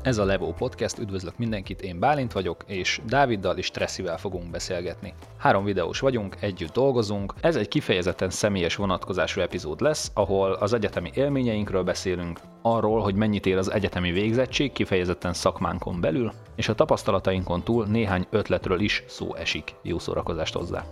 Ez a Levo Podcast, üdvözlök mindenkit, én Bálint vagyok, és Dáviddal és Tresszivel fogunk beszélgetni. 3 videós vagyunk, együtt dolgozunk, ez egy kifejezetten személyes vonatkozású epizód lesz, ahol az egyetemi élményeinkről beszélünk, arról, hogy mennyit ér az egyetemi végzettség, kifejezetten szakmánkon belül, és a tapasztalatainkon túl néhány ötletről is szó esik. Jó szórakozást hozzá!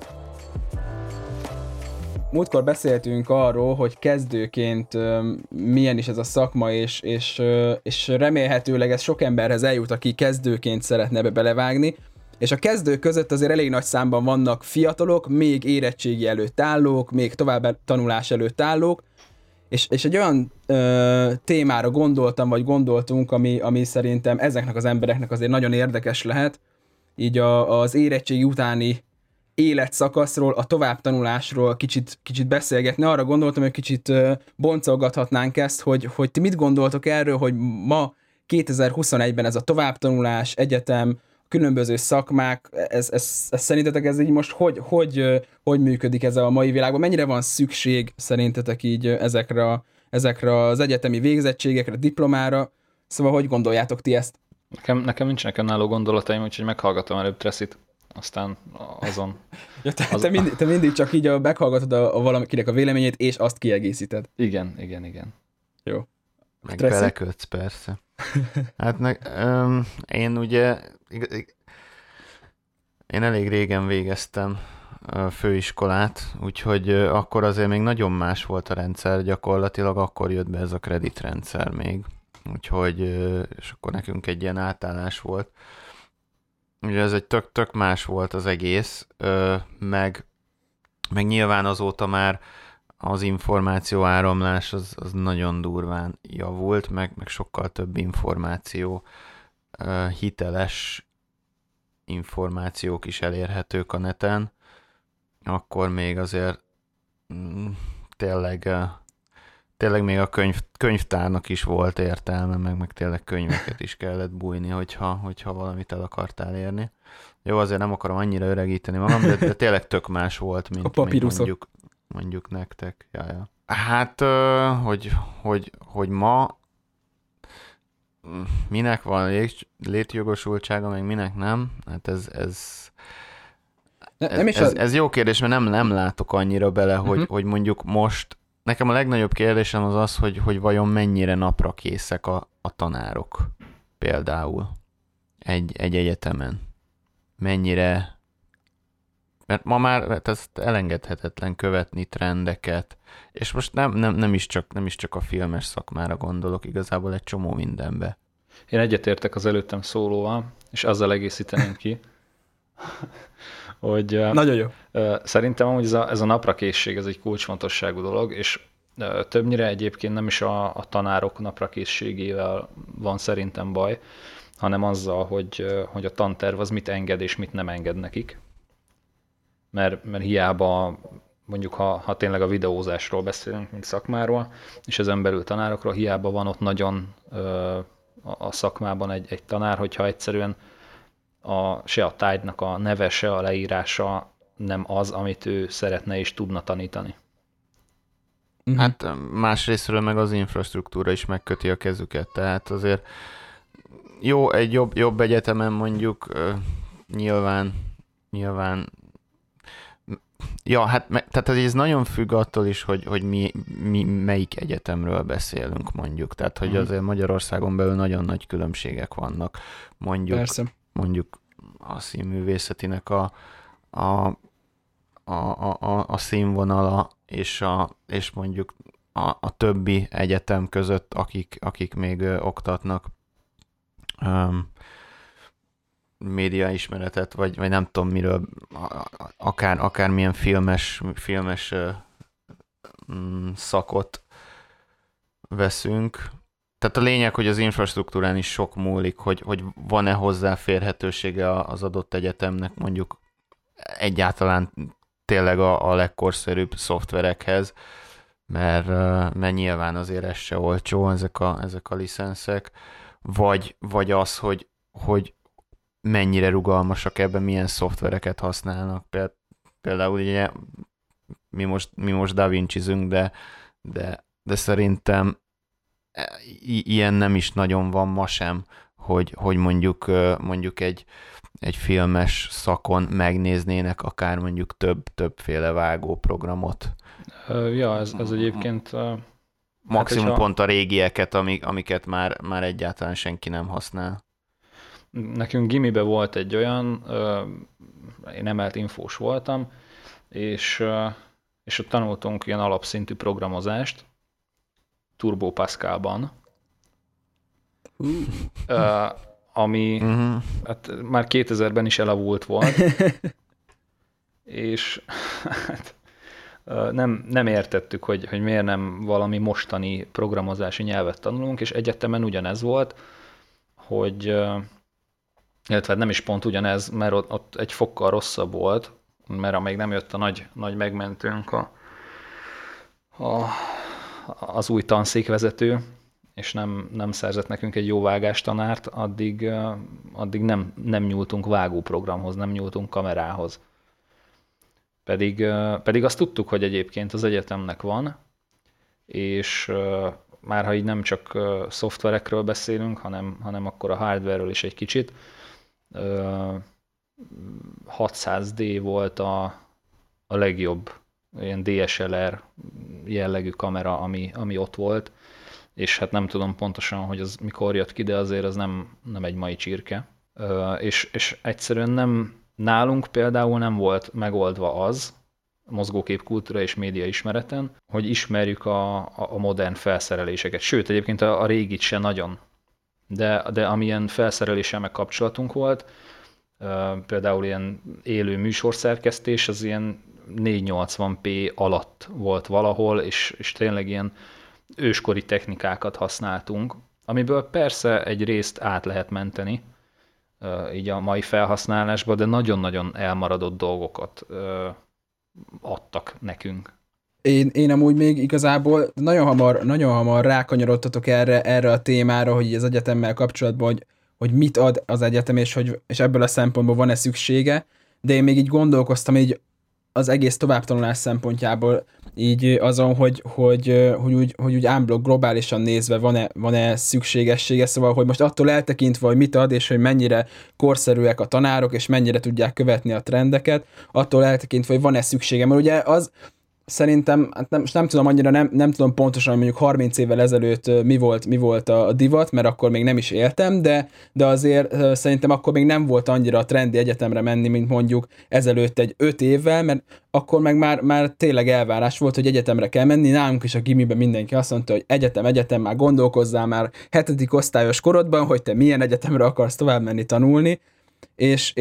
Múltkor beszéltünk arról, hogy kezdőként milyen is ez a szakma, és remélhetőleg ez sok emberhez eljut, aki kezdőként szeretne ebbe belevágni. És a kezdők között azért elég nagy számban vannak fiatalok, még érettségi előtt állók, még tovább tanulás előtt állók, és egy olyan témára gondoltunk, ami szerintem ezeknek az embereknek azért nagyon érdekes lehet, így az érettségi utáni életszakaszról, a továbbtanulásról kicsit beszélgetni. Arra gondoltam, hogy kicsit boncolgathatnánk ezt, hogy ti mit gondoltok erről, hogy ma 2021-ben ez a továbbtanulás, egyetem, különböző szakmák, ez szerintetek ez így most hogy működik ez a mai világban? Mennyire van szükség szerintetek így ezekre az egyetemi végzettségekre, diplomára? Szóval hogy gondoljátok ti ezt? Nekem nincsenek önálló gondolataim, úgyhogy meghallgatom előbb Tressit. Aztán azon... Ja, te mindig csak így meghallgatod valakinek a véleményét, és azt kiegészíted. Igen. Jó. Meg belekötsz, persze. Hát én ugye... Én elég régen végeztem főiskolát, úgyhogy akkor azért még nagyon más volt a rendszer, gyakorlatilag akkor jött be ez a kreditrendszer még. Úgyhogy, és akkor nekünk egy ilyen átállás volt. Ugye ez egy tök más volt az egész, meg nyilván azóta már az információ áramlás az nagyon durván javult, meg sokkal több információ, hiteles információk is elérhetők a neten. Akkor még azért tényleg még a könyvtárnak is volt értelme, meg tényleg könyveket is kellett bújni, hogyha valamit el akartál érni. Jó, azért nem akarom annyira öregíteni magam, de tényleg tök más volt, mint mondjuk nektek. Ja. Hát, hogy ma minek van létjogosultsága, meg minek nem, hát ez jó kérdés, mert nem látok annyira bele, hogy mondjuk most nekem a legnagyobb kérdésem az, hogy vajon mennyire napra készek a tanárok például egy egyetemen. Mennyire, mert ma már ez elengedhetetlen követni trendeket, és most nem is csak a filmes szakmára gondolok, igazából egy csomó mindenbe. Én egyetértek az előttem szólóval, és azzal egészíteném ki, hogy nagyon jó. Szerintem amúgy ez a naprakészség, ez egy kulcsfontosságú dolog, és többnyire egyébként nem is a tanárok naprakészségével van szerintem baj, hanem azzal, hogy a tanterv az mit enged és mit nem enged nekik. Mert hiába mondjuk, ha tényleg a videózásról beszélünk, mint szakmáról, és ezen belül tanárokról, hiába van ott nagyon a szakmában egy tanár, hogyha egyszerűen se a tárgynak a neve, se a leírása nem az, amit ő szeretne és tudna tanítani. Hát másrésztről meg az infrastruktúra is megköti a kezüket, tehát azért jó, egy jobb egyetemen mondjuk nyilván ja, hát tehát ez nagyon függ attól is, hogy mi melyik egyetemről beszélünk mondjuk, tehát hogy azért Magyarországon belül nagyon nagy különbségek vannak, mondjuk a színművészetinek a színvonala és mondjuk a többi egyetem között, akik még oktatnak médiaismeretet, vagy nem tudom miről, akármilyen filmes szakot veszünk. Tehát a lényeg, hogy az infrastruktúrán is sok múlik, hogy van-e hozzáférhetősége az adott egyetemnek mondjuk egyáltalán tényleg a legkorszerűbb szoftverekhez, mert nyilván azért ez se olcsó, ezek a licenszek, vagy az, hogy mennyire rugalmasak ebben, milyen szoftvereket használnak. Például ugye mi most DaVinci-zünk, de szerintem ilyen nem is nagyon van ma sem, hogy mondjuk egy filmes szakon megnéznének akár mondjuk többféle vágóprogramot. Ja, ez egyébként... Maximum hát, pont a régieket, amiket már egyáltalán senki nem használ. Nekünk gimibe volt egy olyan, én emelt infós voltam, és ott tanultunk ilyen alapszintű programozást, Turbo Pascalban, ami hát már 2000-ben is elavult volt, és hát, nem értettük, hogy miért nem valami mostani programozási nyelvet tanulunk, és egyetemen ugyanez volt, hogy, illetve nem is pont ugyanez, mert ott egy fokkal rosszabb volt, mert amíg nem jött a nagy megmentőnk az új tanszékvezető, és nem szerzett nekünk egy jó vágástanárt, addig nem nyúltunk vágóprogramhoz, nem nyúltunk kamerához. Pedig azt tudtuk, hogy egyébként az egyetemnek van, és már ha így nem csak szoftverekről beszélünk, hanem akkor a hardware-ről is egy kicsit, 600D volt a legjobb ilyen DSLR jellegű kamera, ami ott volt, és hát nem tudom pontosan, hogy az mikor jött ki, de azért az nem egy mai csirke. És egyszerűen nálunk például nem volt megoldva az, mozgóképkultúra és média ismereten, hogy ismerjük a modern felszereléseket. Sőt, egyébként a régit se nagyon. De amilyen felszereléssel meg kapcsolatunk volt, például ilyen élő műsorszerkesztés, az ilyen 480p alatt volt valahol, és tényleg ilyen őskori technikákat használtunk, amiből persze egy részt át lehet menteni, így a mai felhasználásba, de nagyon-nagyon elmaradott dolgokat adtak nekünk. Én amúgy még igazából nagyon hamar rákanyarodtatok erre a témára, hogy az egyetemmel kapcsolatban, hogy mit ad az egyetem, és ebből a szempontból van-e szüksége, de én még így gondolkoztam így az egész továbbtanulás szempontjából így azon, hogy úgy unblock globálisan nézve van-e szükségessége, szóval, hogy most attól eltekintve, hogy mit ad, és hogy mennyire korszerűek a tanárok, és mennyire tudják követni a trendeket, attól eltekintve, hogy van-e szüksége, mert ugye az szerintem, hát nem tudom annyira, nem tudom pontosan, hogy mondjuk 30 évvel ezelőtt mi volt a divat, mert akkor még nem is éltem, de azért szerintem akkor még nem volt annyira a trendi egyetemre menni, mint mondjuk ezelőtt egy 5 évvel, mert akkor meg már tényleg elvárás volt, hogy egyetemre kell menni. Nálunk is a gimiben mindenki azt mondta, hogy egyetem, már gondolkozzál már 7. osztályos korodban, hogy te milyen egyetemre akarsz tovább menni tanulni, és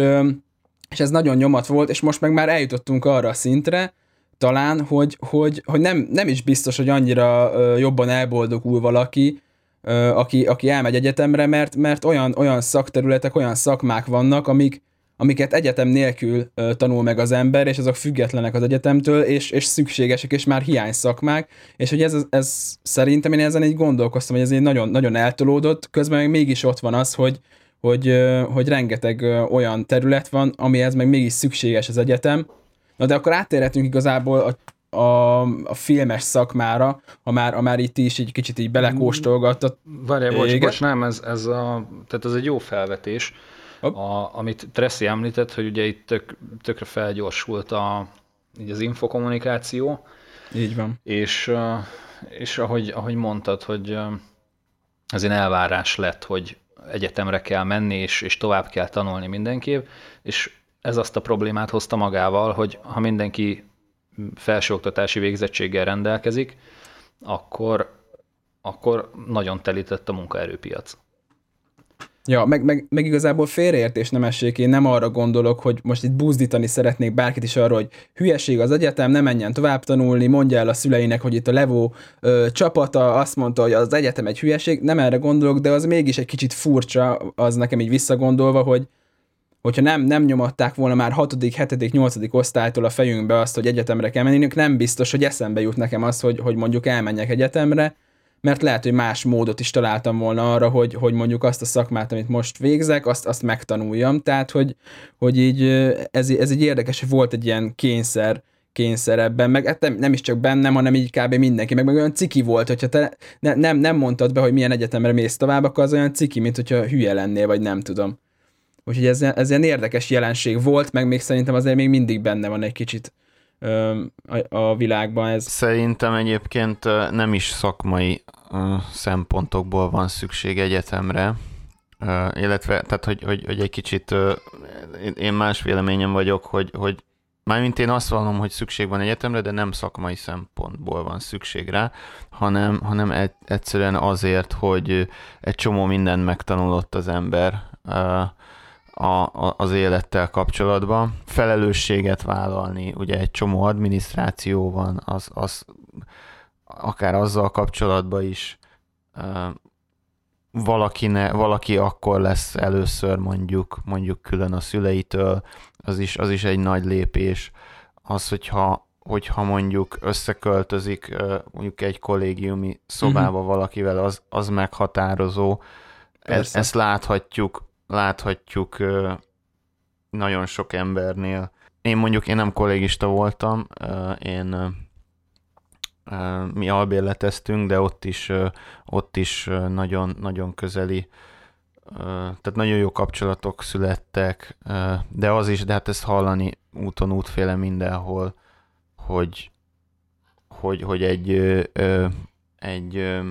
ez nagyon nyomat volt, és most meg már eljutottunk arra a szintre, talán, hogy nem is biztos, hogy annyira jobban elboldogul valaki, aki elmegy egyetemre, mert olyan szakterületek, olyan szakmák vannak, amiket egyetem nélkül tanul meg az ember, és azok függetlenek az egyetemtől, és szükségesek, és már hiány szakmák, és hogy ez szerintem én ezen így gondolkoztam, hogy ez így nagyon, nagyon eltolódott, közben meg mégis ott van az, hogy rengeteg olyan terület van, amihez meg mégis szükséges az egyetem. Na de akkor áttérhetünk igazából a filmes szakmára, ha már itt is egy kicsit így belekóstolgattat. Várjál, bocs, nem, tehát ez egy jó felvetés, amit Tracy említett, hogy ugye itt tökre felgyorsult így az infokommunikáció. Így van. És ahogy mondtad, hogy ez egy elvárás lett, hogy egyetemre kell menni, és tovább kell tanulni mindenképp, és ez azt a problémát hozta magával, hogy ha mindenki felsőoktatási végzettséggel rendelkezik, akkor nagyon telített a munkaerőpiac. Ja, meg igazából félreértés nem essék, én nem arra gondolok, hogy most itt buzdítani szeretnék bárkit is arra, hogy hülyeség az egyetem, ne menjen tovább tanulni, mondja el a szüleinek, hogy itt a Levó csapata azt mondta, hogy az egyetem egy hülyeség, nem erre gondolok, de az mégis egy kicsit furcsa, az nekem így visszagondolva, hogyha nem nyomatták volna már 6., 7., 8. osztálytól a fejünkbe azt, hogy egyetemre kell menni, nem biztos, hogy eszembe jut nekem az, hogy mondjuk elmenjek egyetemre, mert lehet, hogy más módot is találtam volna arra, hogy mondjuk azt a szakmát, amit most végzek, azt megtanuljam. Tehát, hogy így ez így érdekes, hogy volt egy ilyen kényszer ebben, meg hát nem is csak bennem, hanem így kb. Mindenki, meg olyan ciki volt, hogyha te nem mondtad be, hogy milyen egyetemre mész tovább, akkor az olyan ciki, mint hogyha hülye lennél, vagy nem tudom. Úgyhogy ez ilyen érdekes jelenség volt, meg még szerintem azért még mindig benne van egy kicsit a világban ez. Szerintem egyébként nem is szakmai szempontokból van szükség egyetemre, illetve, tehát, hogy egy kicsit én más véleményem vagyok, hogy mármint én azt vallom, hogy szükség van egyetemre, de nem szakmai szempontból van szükség rá, hanem egyszerűen azért, hogy egy csomó mindent megtanulott az ember az élettel kapcsolatban. Felelősséget vállalni, ugye egy csomó adminisztráció van, az akár azzal kapcsolatban is valaki akkor lesz először mondjuk külön a szüleitől, az is egy nagy lépés. Az, hogyha mondjuk összeköltözik mondjuk egy kollégiumi szobába valakivel, az meghatározó. Ezt láthatjuk nagyon sok embernél. Én nem kollégista voltam, mi albérleteztünk, de ott is nagyon, nagyon közeli, tehát nagyon jó kapcsolatok születtek, de hát ezt hallani úton útféle mindenhol, hogy egy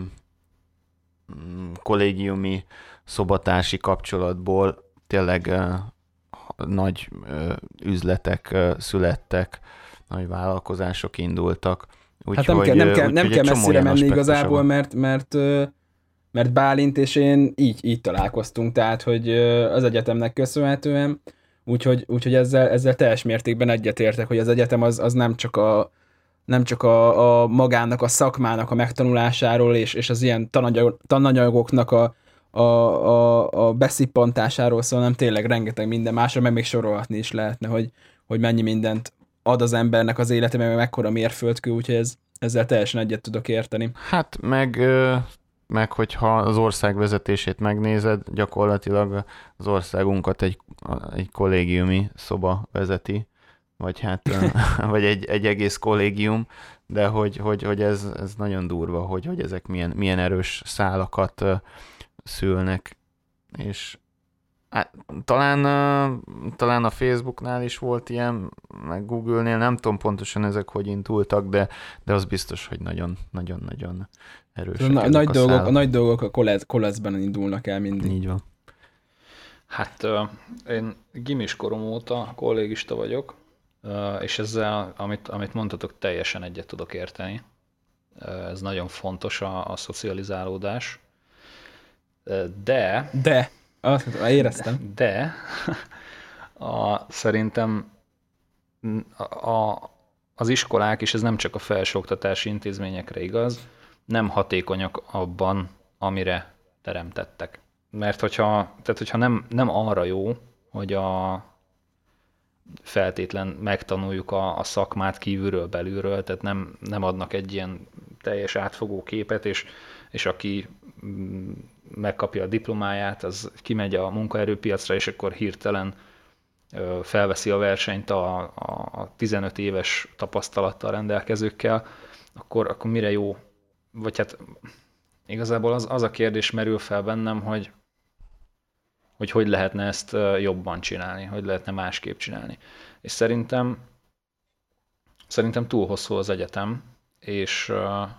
kollégiumi szobatársi kapcsolatból tényleg nagy üzletek születtek, nagy vállalkozások indultak. Hát nem kell messzire menni igazából, mert Bálint és én így találkoztunk, tehát hogy az egyetemnek köszönhetően, úgyhogy ezzel teljes mértékben egyetértek, hogy az egyetem az nem csak a magának, a szakmának a megtanulásáról és az ilyen tananyagoknak a beszippantásáról szól, hanem tényleg rengeteg minden másra, meg még sorolhatni is lehetne, hogy mennyi mindent ad az embernek az életében, meg mekkora mérföldkő, úgyhogy ezzel teljesen egyet tudok érteni. Hát meg hogyha az ország vezetését megnézed, gyakorlatilag az országunkat egy kollégiumi szoba vezeti, vagy hát vagy egy egész kollégium, de hogy ez nagyon durva, hogy ezek milyen erős szálakat szülnek, és talán a Facebooknál is volt ilyen, meg Google-nél, nem tudom pontosan ezek hogy indultak, de az biztos, hogy nagyon-nagyon erősek a nagy dolgok a kolecben indulnak el mindig. Így van. Hát én gimis korom óta kollégista vagyok, és ezzel, amit mondtatok, teljesen egyet tudok érteni. Ez nagyon fontos a szocializálódás. De éreztem. De szerintem az iskolák, és ez nem csak a felsőoktatási intézményekre igaz, nem hatékonyak abban, amire teremtettek. Mert hogyha nem arra jó, hogy feltétlen megtanuljuk a szakmát kívülről, belülről, tehát nem adnak egy ilyen teljes átfogó képet, és aki megkapja a diplomáját, az kimegy a munkaerőpiacra, és akkor hirtelen felveszi a versenyt a 15 éves tapasztalattal rendelkezőkkel, akkor mire jó? Vagy hát igazából az a kérdés merül fel bennem, hogy lehetne ezt jobban csinálni, hogy lehetne másképp csinálni. És szerintem túl hosszú az egyetem, és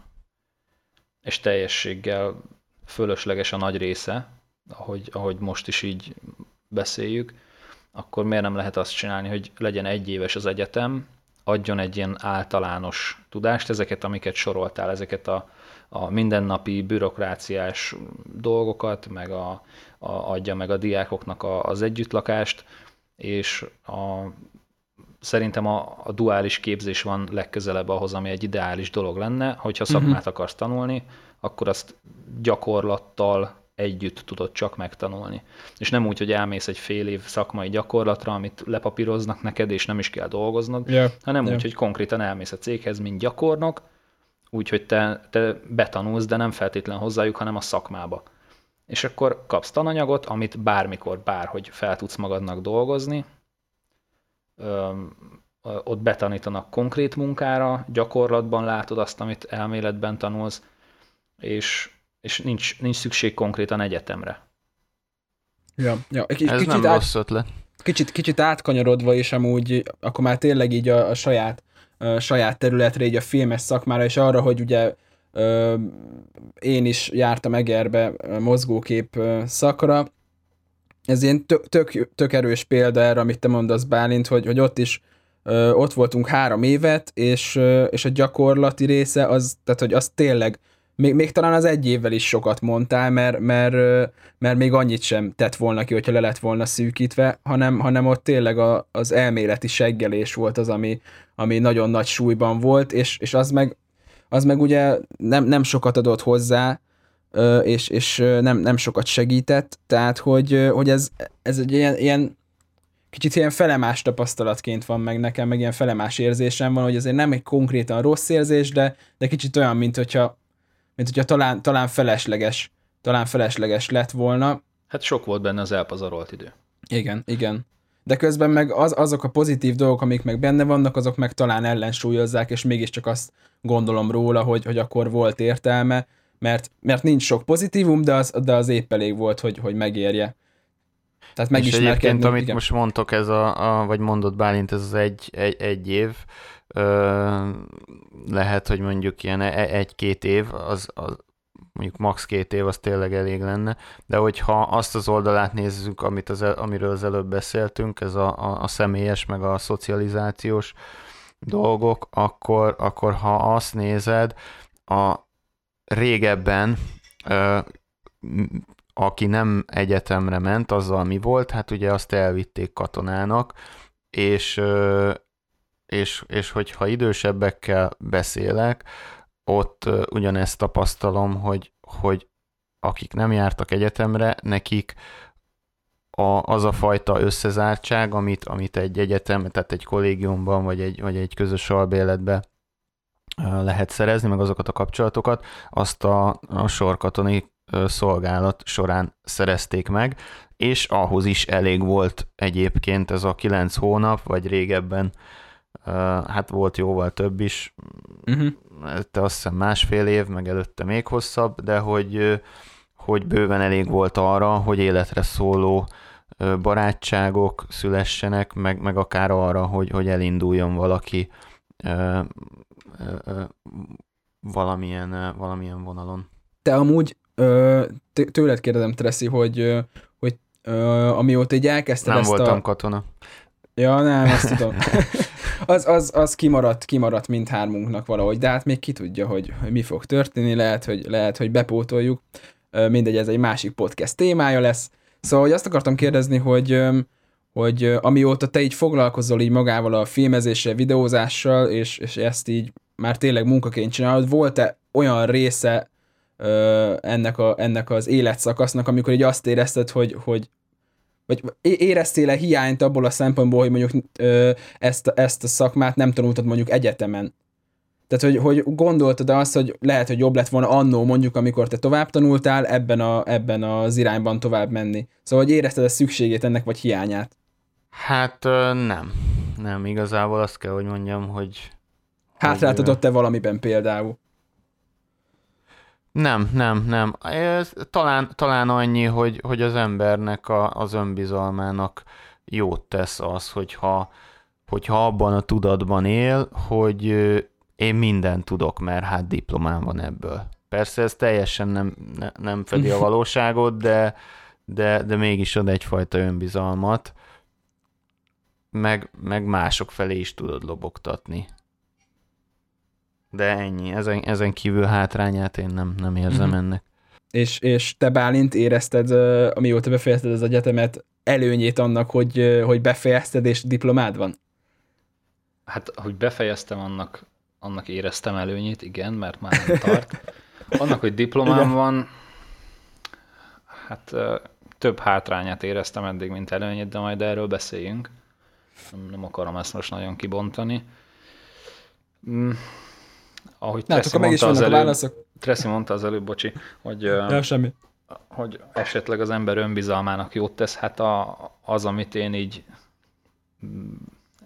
teljességgel fölösleges a nagy része, ahogy most is így beszéljük, akkor miért nem lehet azt csinálni, hogy legyen egy éves az egyetem, adjon egy ilyen általános tudást, ezeket, amiket soroltál, ezeket a mindennapi bürokráciás dolgokat, meg adja meg a diákoknak az együttlakást, és szerintem a duális képzés van legközelebb ahhoz, ami egy ideális dolog lenne, hogyha szakmát akarsz tanulni, akkor azt gyakorlattal együtt tudod csak megtanulni. És nem úgy, hogy elmész egy fél év szakmai gyakorlatra, amit lepapíroznak neked, és nem is kell dolgoznod, hanem úgy, hogy konkrétan elmész a céghez, mint gyakornok, úgyhogy te betanulsz, de nem feltétlen hozzájuk, hanem a szakmába. És akkor kapsz tananyagot, amit bármikor, bárhogy fel tudsz magadnak dolgozni, ott betanítanak konkrét munkára, gyakorlatban látod azt, amit elméletben tanulsz, és nincs szükség konkrétan egyetemre. Ja. Ez nem rossz ötlet. Kicsit átkanyarodva, és amúgy akkor már tényleg így a saját területre, így a filmes szakmára, és arra, hogy ugye én is jártam Egerbe mozgókép szakra. Ez ilyen tök erős példa erre, amit te mondasz, Bálint, hogy ott is ott voltunk 3 évet, és a gyakorlati része az, tehát hogy az tényleg még talán az 1 évvel is sokat mondtál, mert még annyit sem tett volna ki, hogyha le lett volna szűkítve, hanem ott tényleg az elméleti seggelés volt az, ami nagyon nagy súlyban volt, és az meg ugye nem sokat adott hozzá, és nem sokat segített, tehát hogy ez egy ilyen kicsit ilyen felemás tapasztalatként van meg nekem, meg ilyen felemás érzésem van, hogy azért nem egy konkrétan rossz érzés, de kicsit olyan, mint hogyha talán felesleges lett volna. Hát sok volt benne az elpazarolt idő. Igen. De közben meg azok a pozitív dolgok, amik meg benne vannak, azok meg talán ellensúlyozzák, és mégiscsak azt gondolom róla, hogy akkor volt értelme, mert nincs sok pozitívum, de az épp elég volt, hogy megérje. Tehát megismerkedni. És egyébként, amit most mondtok, ez vagy mondott Bálint, ez az egy év, lehet, hogy mondjuk ilyen 1-2 év, az mondjuk max. 2 év, az tényleg elég lenne, de hogyha azt az oldalát nézzük, amiről az előbb beszéltünk, ez a személyes, meg a szocializációs dolgok, akkor ha azt nézed, a régebben aki nem egyetemre ment, azzal mi volt? Hát ugye azt elvitték katonának, és hogyha idősebbekkel beszélek, ott ugyanezt tapasztalom, hogy akik nem jártak egyetemre, nekik az a fajta összezártság, amit egy egyetem, tehát egy kollégiumban, vagy egy közös albérletben lehet szerezni, meg azokat a kapcsolatokat, azt a sorkatonai szolgálat során szerezték meg, és ahhoz is elég volt egyébként ez a 9 hónap, vagy régebben, hát volt jóval több is, te azt hiszem 1,5 év, meg előtte még hosszabb, de hogy bőven elég volt arra, hogy életre szóló barátságok szülessenek, meg akár arra, hogy elinduljon valaki valamilyen vonalon. Te amúgy tőled kérdezem, Treszi, hogy amióta így elkezdted nem ezt voltam katona. Ja, nem, azt tudom. az kimaradt mindhármunknak valahogy, de hát még ki tudja, hogy mi fog történni, lehet, hogy bepótoljuk. Mindegy, ez egy másik podcast témája lesz. Szóval, hogy azt akartam kérdezni, hogy amióta te így foglalkozol így magával a filmezéssel, videózással, és ezt így már tényleg munkaként csinálod, volt-e olyan része ennek az életszakasznak, amikor így azt érezted, vagy éreztél-e hiányt abból a szempontból, hogy mondjuk ezt a szakmát nem tanultad mondjuk egyetemen? Tehát, hogy gondoltad azt, hogy lehet, hogy jobb lett volna annó mondjuk, amikor te tovább tanultál, ebben az irányban tovább menni. Szóval, hogy érezted a szükségét ennek, vagy hiányát? Hát nem. Nem, igazából azt kell, hogy mondjam, hogy... Hátráltatott-e valamiben például? Nem. Ez talán annyi, hogy az embernek az önbizalmának jót tesz az, hogyha abban a tudatban él, hogy én mindent tudok, mert hát diplomám van ebből. Persze ez teljesen nem fedi a valóságot, de mégis ad egyfajta önbizalmat, meg mások felé is tudod lobogtatni. De ennyi. Ezen kívül hátrányát én nem érzem ennek. És te, Bálint, érezted, amióta befejezted az egyetemet, előnyét annak, hogy befejezted és diplomád van? Hát, hogy befejeztem, annak éreztem előnyét, igen, mert már nem tart. Annak, hogy diplomám van, hát több hátrányát éreztem eddig, mint előnyét, de majd erről beszéljünk. Nem akarom ezt most nagyon kibontani. Ahogy Treszi mondta az előbb, bocsi, hogy esetleg az ember önbizalmának jót tesz, hát az, amit én így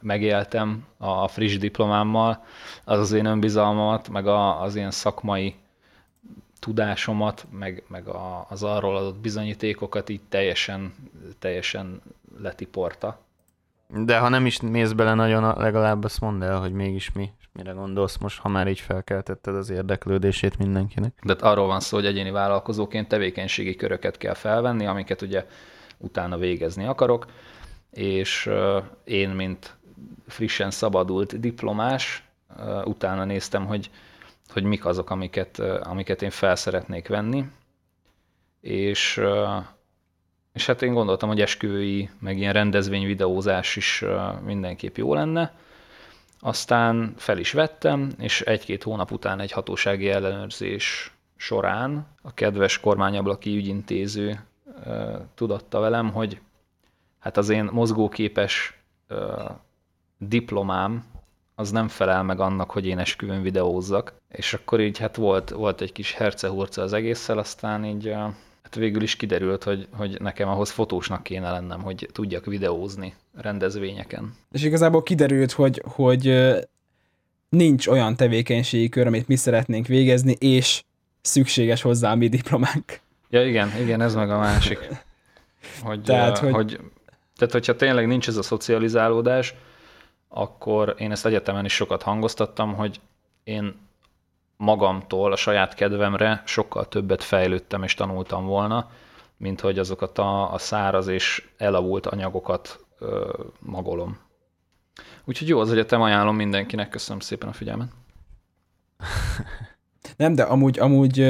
megéltem a friss diplomámmal, az én önbizalmamat, meg az ilyen szakmai tudásomat, meg az arról adott bizonyítékokat így teljesen letiporta. De ha nem is mész bele nagyon, legalább azt mondd el, hogy mégis mire gondolsz most, ha már így felkeltetted az érdeklődését mindenkinek. De arról van szó, hogy egyéni vállalkozóként tevékenységi köröket kell felvenni, amiket ugye utána végezni akarok, és én, mint frissen szabadult diplomás, utána néztem, hogy mik azok, amiket én fel szeretnék venni, és hát én gondoltam, hogy esküvői, meg ilyen rendezvényvideózás is mindenképp jó lenne. Aztán fel is vettem, és 1-2 hónap után egy hatósági ellenőrzés során a kedves kormányablaki ügyintéző tudatta velem, hogy hát az én mozgóképes diplomám az nem felel meg annak, hogy én esküvőn videózzak. És akkor így hát volt egy kis hercehurca az egésszel, aztán így hát végül is kiderült, hogy nekem ahhoz fotósnak kéne lennem, hogy tudjak videózni rendezvényeken. És igazából kiderült, hogy nincs olyan tevékenységi kör, amit mi szeretnénk végezni, és szükséges hozzá a mi diplománk. Ja igen, ez meg a másik. Tehát, hogyha tényleg nincs ez a szocializálódás, akkor én ezt egyetemen is sokat hangoztattam, hogy én magamtól, a saját kedvemre sokkal többet fejlődtem és tanultam volna, mint hogy azokat a száraz és elavult anyagokat magolom. Úgyhogy jó, az egyetem ajánlom mindenkinek, köszönöm szépen a figyelmet. Nem, de amúgy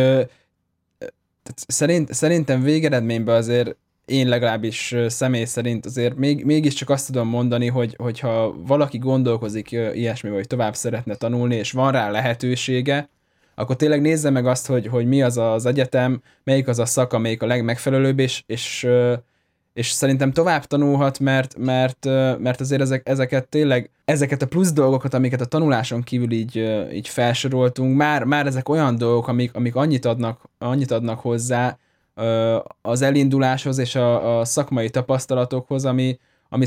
szerintem végeredményben azért én legalábbis személy szerint azért mégiscsak azt tudom mondani, hogy ha valaki gondolkozik ilyesmi, vagy tovább szeretne tanulni, és van rá lehetősége, akkor tényleg nézze meg azt, hogy mi az az egyetem, melyik az a szak, amelyik a legmegfelelőbb, és szerintem tovább tanulhat, mert azért ezeket a plusz dolgokat, amiket a tanuláson kívül így felsoroltunk, már ezek olyan dolgok, amik annyit adnak hozzá az elinduláshoz és a szakmai tapasztalatokhoz, ami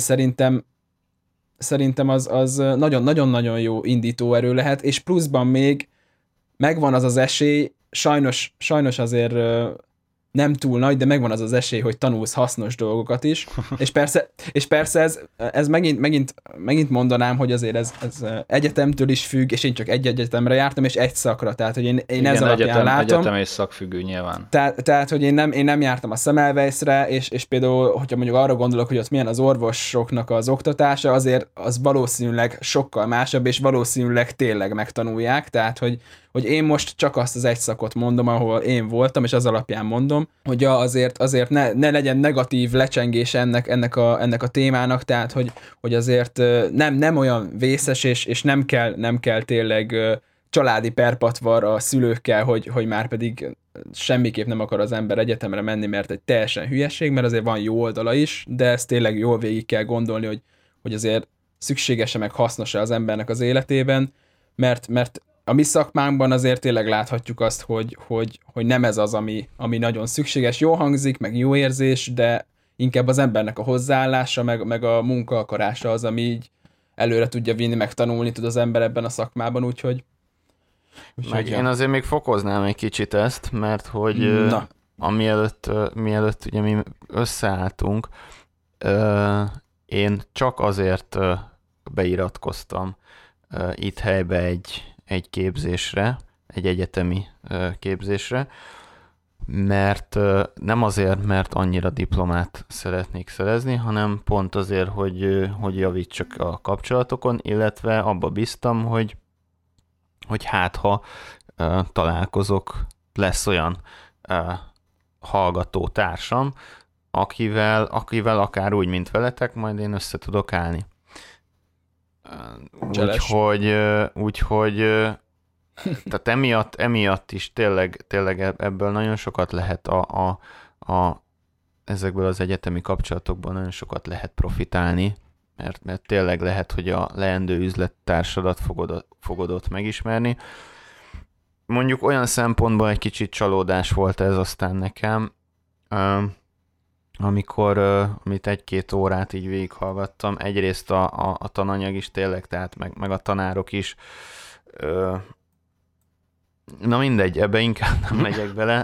szerintem az nagyon-nagyon jó indítóerő lehet, és pluszban még megvan az esély, sajnos azért nem túl nagy, de megvan az esély, hogy tanulsz hasznos dolgokat is, és persze ez megint mondanám, hogy azért ez egyetemtől is függ, és én csak egy egyetemre jártam, és egy szakra, tehát hogy én igen, ez alapján látom. Egyetem és szakfüggő nyilván. Tehát hogy én nem jártam a Semmelweisre, és például, hogyha mondjuk arra gondolok, hogy ott milyen az orvosoknak az oktatása, azért az valószínűleg sokkal másabb, és valószínűleg tényleg megtanulják, tehát hogy én most csak azt az egy szakot mondom, ahol én voltam, és az alapján mondom, hogy azért ne legyen negatív lecsengés ennek a témának, tehát hogy azért nem olyan vészes, és nem kell tényleg családi perpatvar a szülőkkel, hogy már pedig semmiképp nem akar az ember egyetemre menni, mert egy teljesen hülyeség, mert azért van jó oldala is, de ezt tényleg jól végig kell gondolni, hogy azért szükséges-e meg hasznos-e az embernek az életében, mert a mi szakmánkban azért tényleg láthatjuk azt, hogy nem ez az, ami nagyon szükséges. Jó hangzik, meg jó érzés, de inkább az embernek a hozzáállása, meg a munkaakarása az, ami így előre tudja vinni, meg tanulni tud az ember ebben a szakmában, úgyhogy én azért még fokoznám egy kicsit ezt, mert hogy mielőtt ugye mi összeálltunk, én csak azért beiratkoztam itt helybe egy képzésre, egy egyetemi képzésre, mert nem azért, mert annyira diplomát szeretnék szerezni, hanem pont azért, hogy javítsak a kapcsolatokon, illetve abba bíztam, hogy hát ha találkozok, lesz olyan hallgató társam, akivel akár úgy, mint veletek, majd én össze tudok állni. Úgyhogy tehát emiatt is tényleg ebből nagyon sokat lehet ezekből az egyetemi kapcsolatokból nagyon sokat lehet profitálni, mert tényleg lehet, hogy a leendő üzlettársadat fogod ott megismerni. Mondjuk olyan szempontból egy kicsit csalódás volt ez aztán nekem, amikor amit 1-2 órát így végighallgattam, egyrészt a tananyag is tényleg, tehát meg a tanárok is. Na mindegy, ebbe inkább nem megyek bele,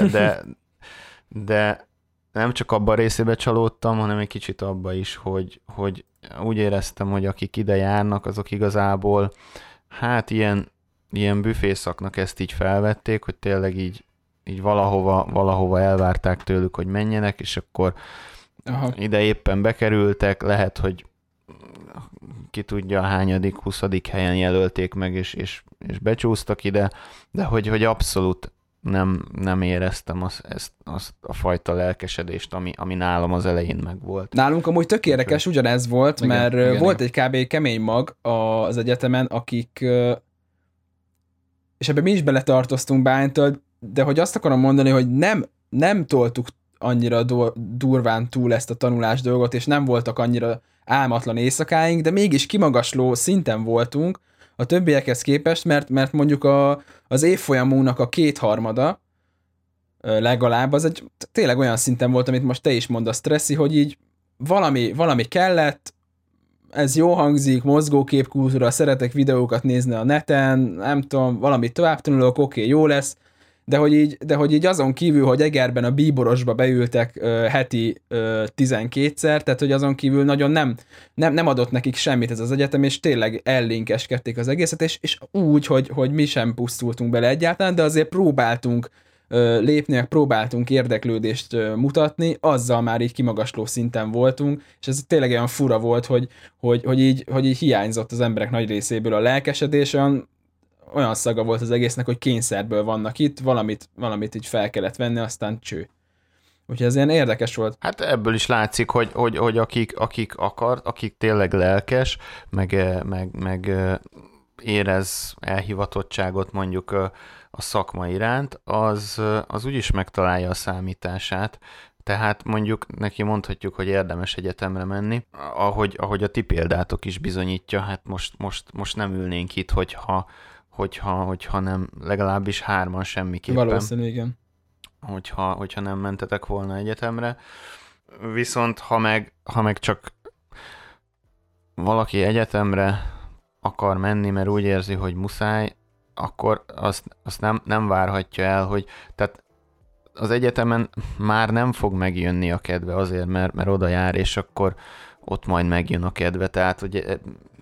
de nem csak abban a részébe csalódtam, hanem egy kicsit abba is, hogy úgy éreztem, hogy akik ide járnak, azok igazából hát ilyen büfészaknak ezt így felvették, hogy tényleg így valahova elvárták tőlük, hogy menjenek, és akkor ide éppen bekerültek, lehet, hogy ki tudja, hányadik, 20. helyen jelölték meg, és becsúsztak ide, de hogy abszolút nem éreztem azt a fajta lelkesedést, ami nálam az elején megvolt. Nálunk amúgy tök érdekes, ugyanez volt, igen, mert igen, volt egy kb. Kemény mag az egyetemen, akik, és ebben mi is beletartoztunk Bálintól, de hogy azt akarom mondani, hogy nem toltuk annyira durván túl ezt a tanulás dolgot, és nem voltak annyira álmatlan éjszakáink, de mégis kimagasló szinten voltunk a többiekhez képest, mert mondjuk az évfolyamunknak a 2/3 legalább, az egy tényleg olyan szinten volt, amit most te is mondasz, Stresszi, hogy így valami kellett, ez jó hangzik, mozgóképkultúra, szeretek videókat nézni a neten, nem tudom, valamit tovább tanulok, oké, jó lesz, de hogy így azon kívül, hogy Egerben a bíborosba beültek heti 12-szer, tehát hogy azon kívül nagyon nem adott nekik semmit ez az egyetem, és tényleg ellinkeskedték az egészet, és úgy, hogy mi sem pusztultunk bele egyáltalán, de azért próbáltunk lépni, próbáltunk érdeklődést mutatni, azzal már így kimagasló szinten voltunk, és ez tényleg olyan fura volt, hogy így hiányzott az emberek nagy részéből a lelkesedés, olyan szaga volt az egésznek, hogy kényszerből vannak itt, valamit így fel kellett venni, aztán cső. Úgyhogy ez ilyen érdekes volt. Hát ebből is látszik, hogy akik tényleg lelkes, meg érez elhivatottságot mondjuk a szakma iránt, az úgyis megtalálja a számítását. Tehát mondjuk neki mondhatjuk, hogy érdemes egyetemre menni. Ahogy a ti példátok is bizonyítja, hát most nem ülnénk itt, hogyha nem legalábbis 3-an semmiképpen. Valószínű, igen. Hogyha nem mentetek volna egyetemre. Viszont ha meg csak valaki egyetemre akar menni, mert úgy érzi, hogy muszáj, akkor azt nem várhatja el, hogy tehát az egyetemen már nem fog megjönni a kedve azért, mert oda jár, és akkor ott majd megjön a kedve. Tehát, hogy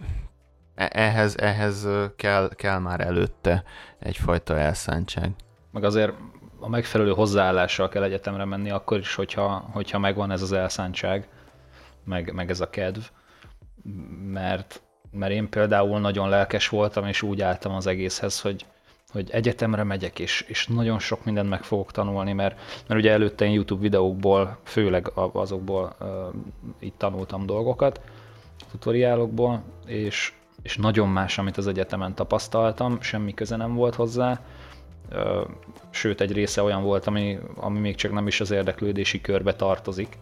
ehhez kell már előtte egyfajta elszántság. Meg azért a megfelelő hozzáállással kell egyetemre menni, akkor is, hogyha megvan ez az elszántság, meg ez a kedv. Mert én például nagyon lelkes voltam, és úgy álltam az egészhez, hogy egyetemre megyek, és nagyon sok mindent meg fogok tanulni, mert ugye előtte én YouTube videókból, főleg azokból itt tanultam dolgokat, tutoriálokból, és nagyon más, amit az egyetemen tapasztaltam, semmi köze nem volt hozzá, sőt egy része olyan volt, ami még csak nem is az érdeklődési körbe tartozik.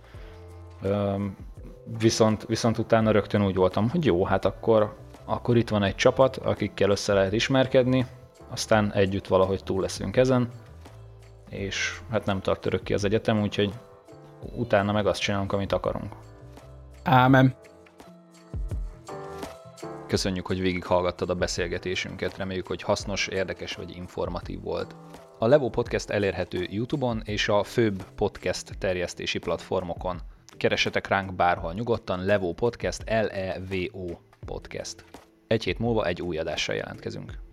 Viszont utána rögtön úgy voltam, hogy jó, hát akkor itt van egy csapat, akikkel össze lehet ismerkedni, aztán együtt valahogy túl leszünk ezen, és hát nem tart örökké az egyetem, úgyhogy utána meg azt csinálunk, amit akarunk. Ámen. Köszönjük, hogy végighallgattad a beszélgetésünket, reméljük, hogy hasznos, érdekes vagy informatív volt. A Levo Podcast elérhető YouTube-on és a főbb podcast terjesztési platformokon. Keressetek ránk bárhol nyugodtan, Levo Podcast, Levo Podcast. Egy hét múlva egy új adással jelentkezünk.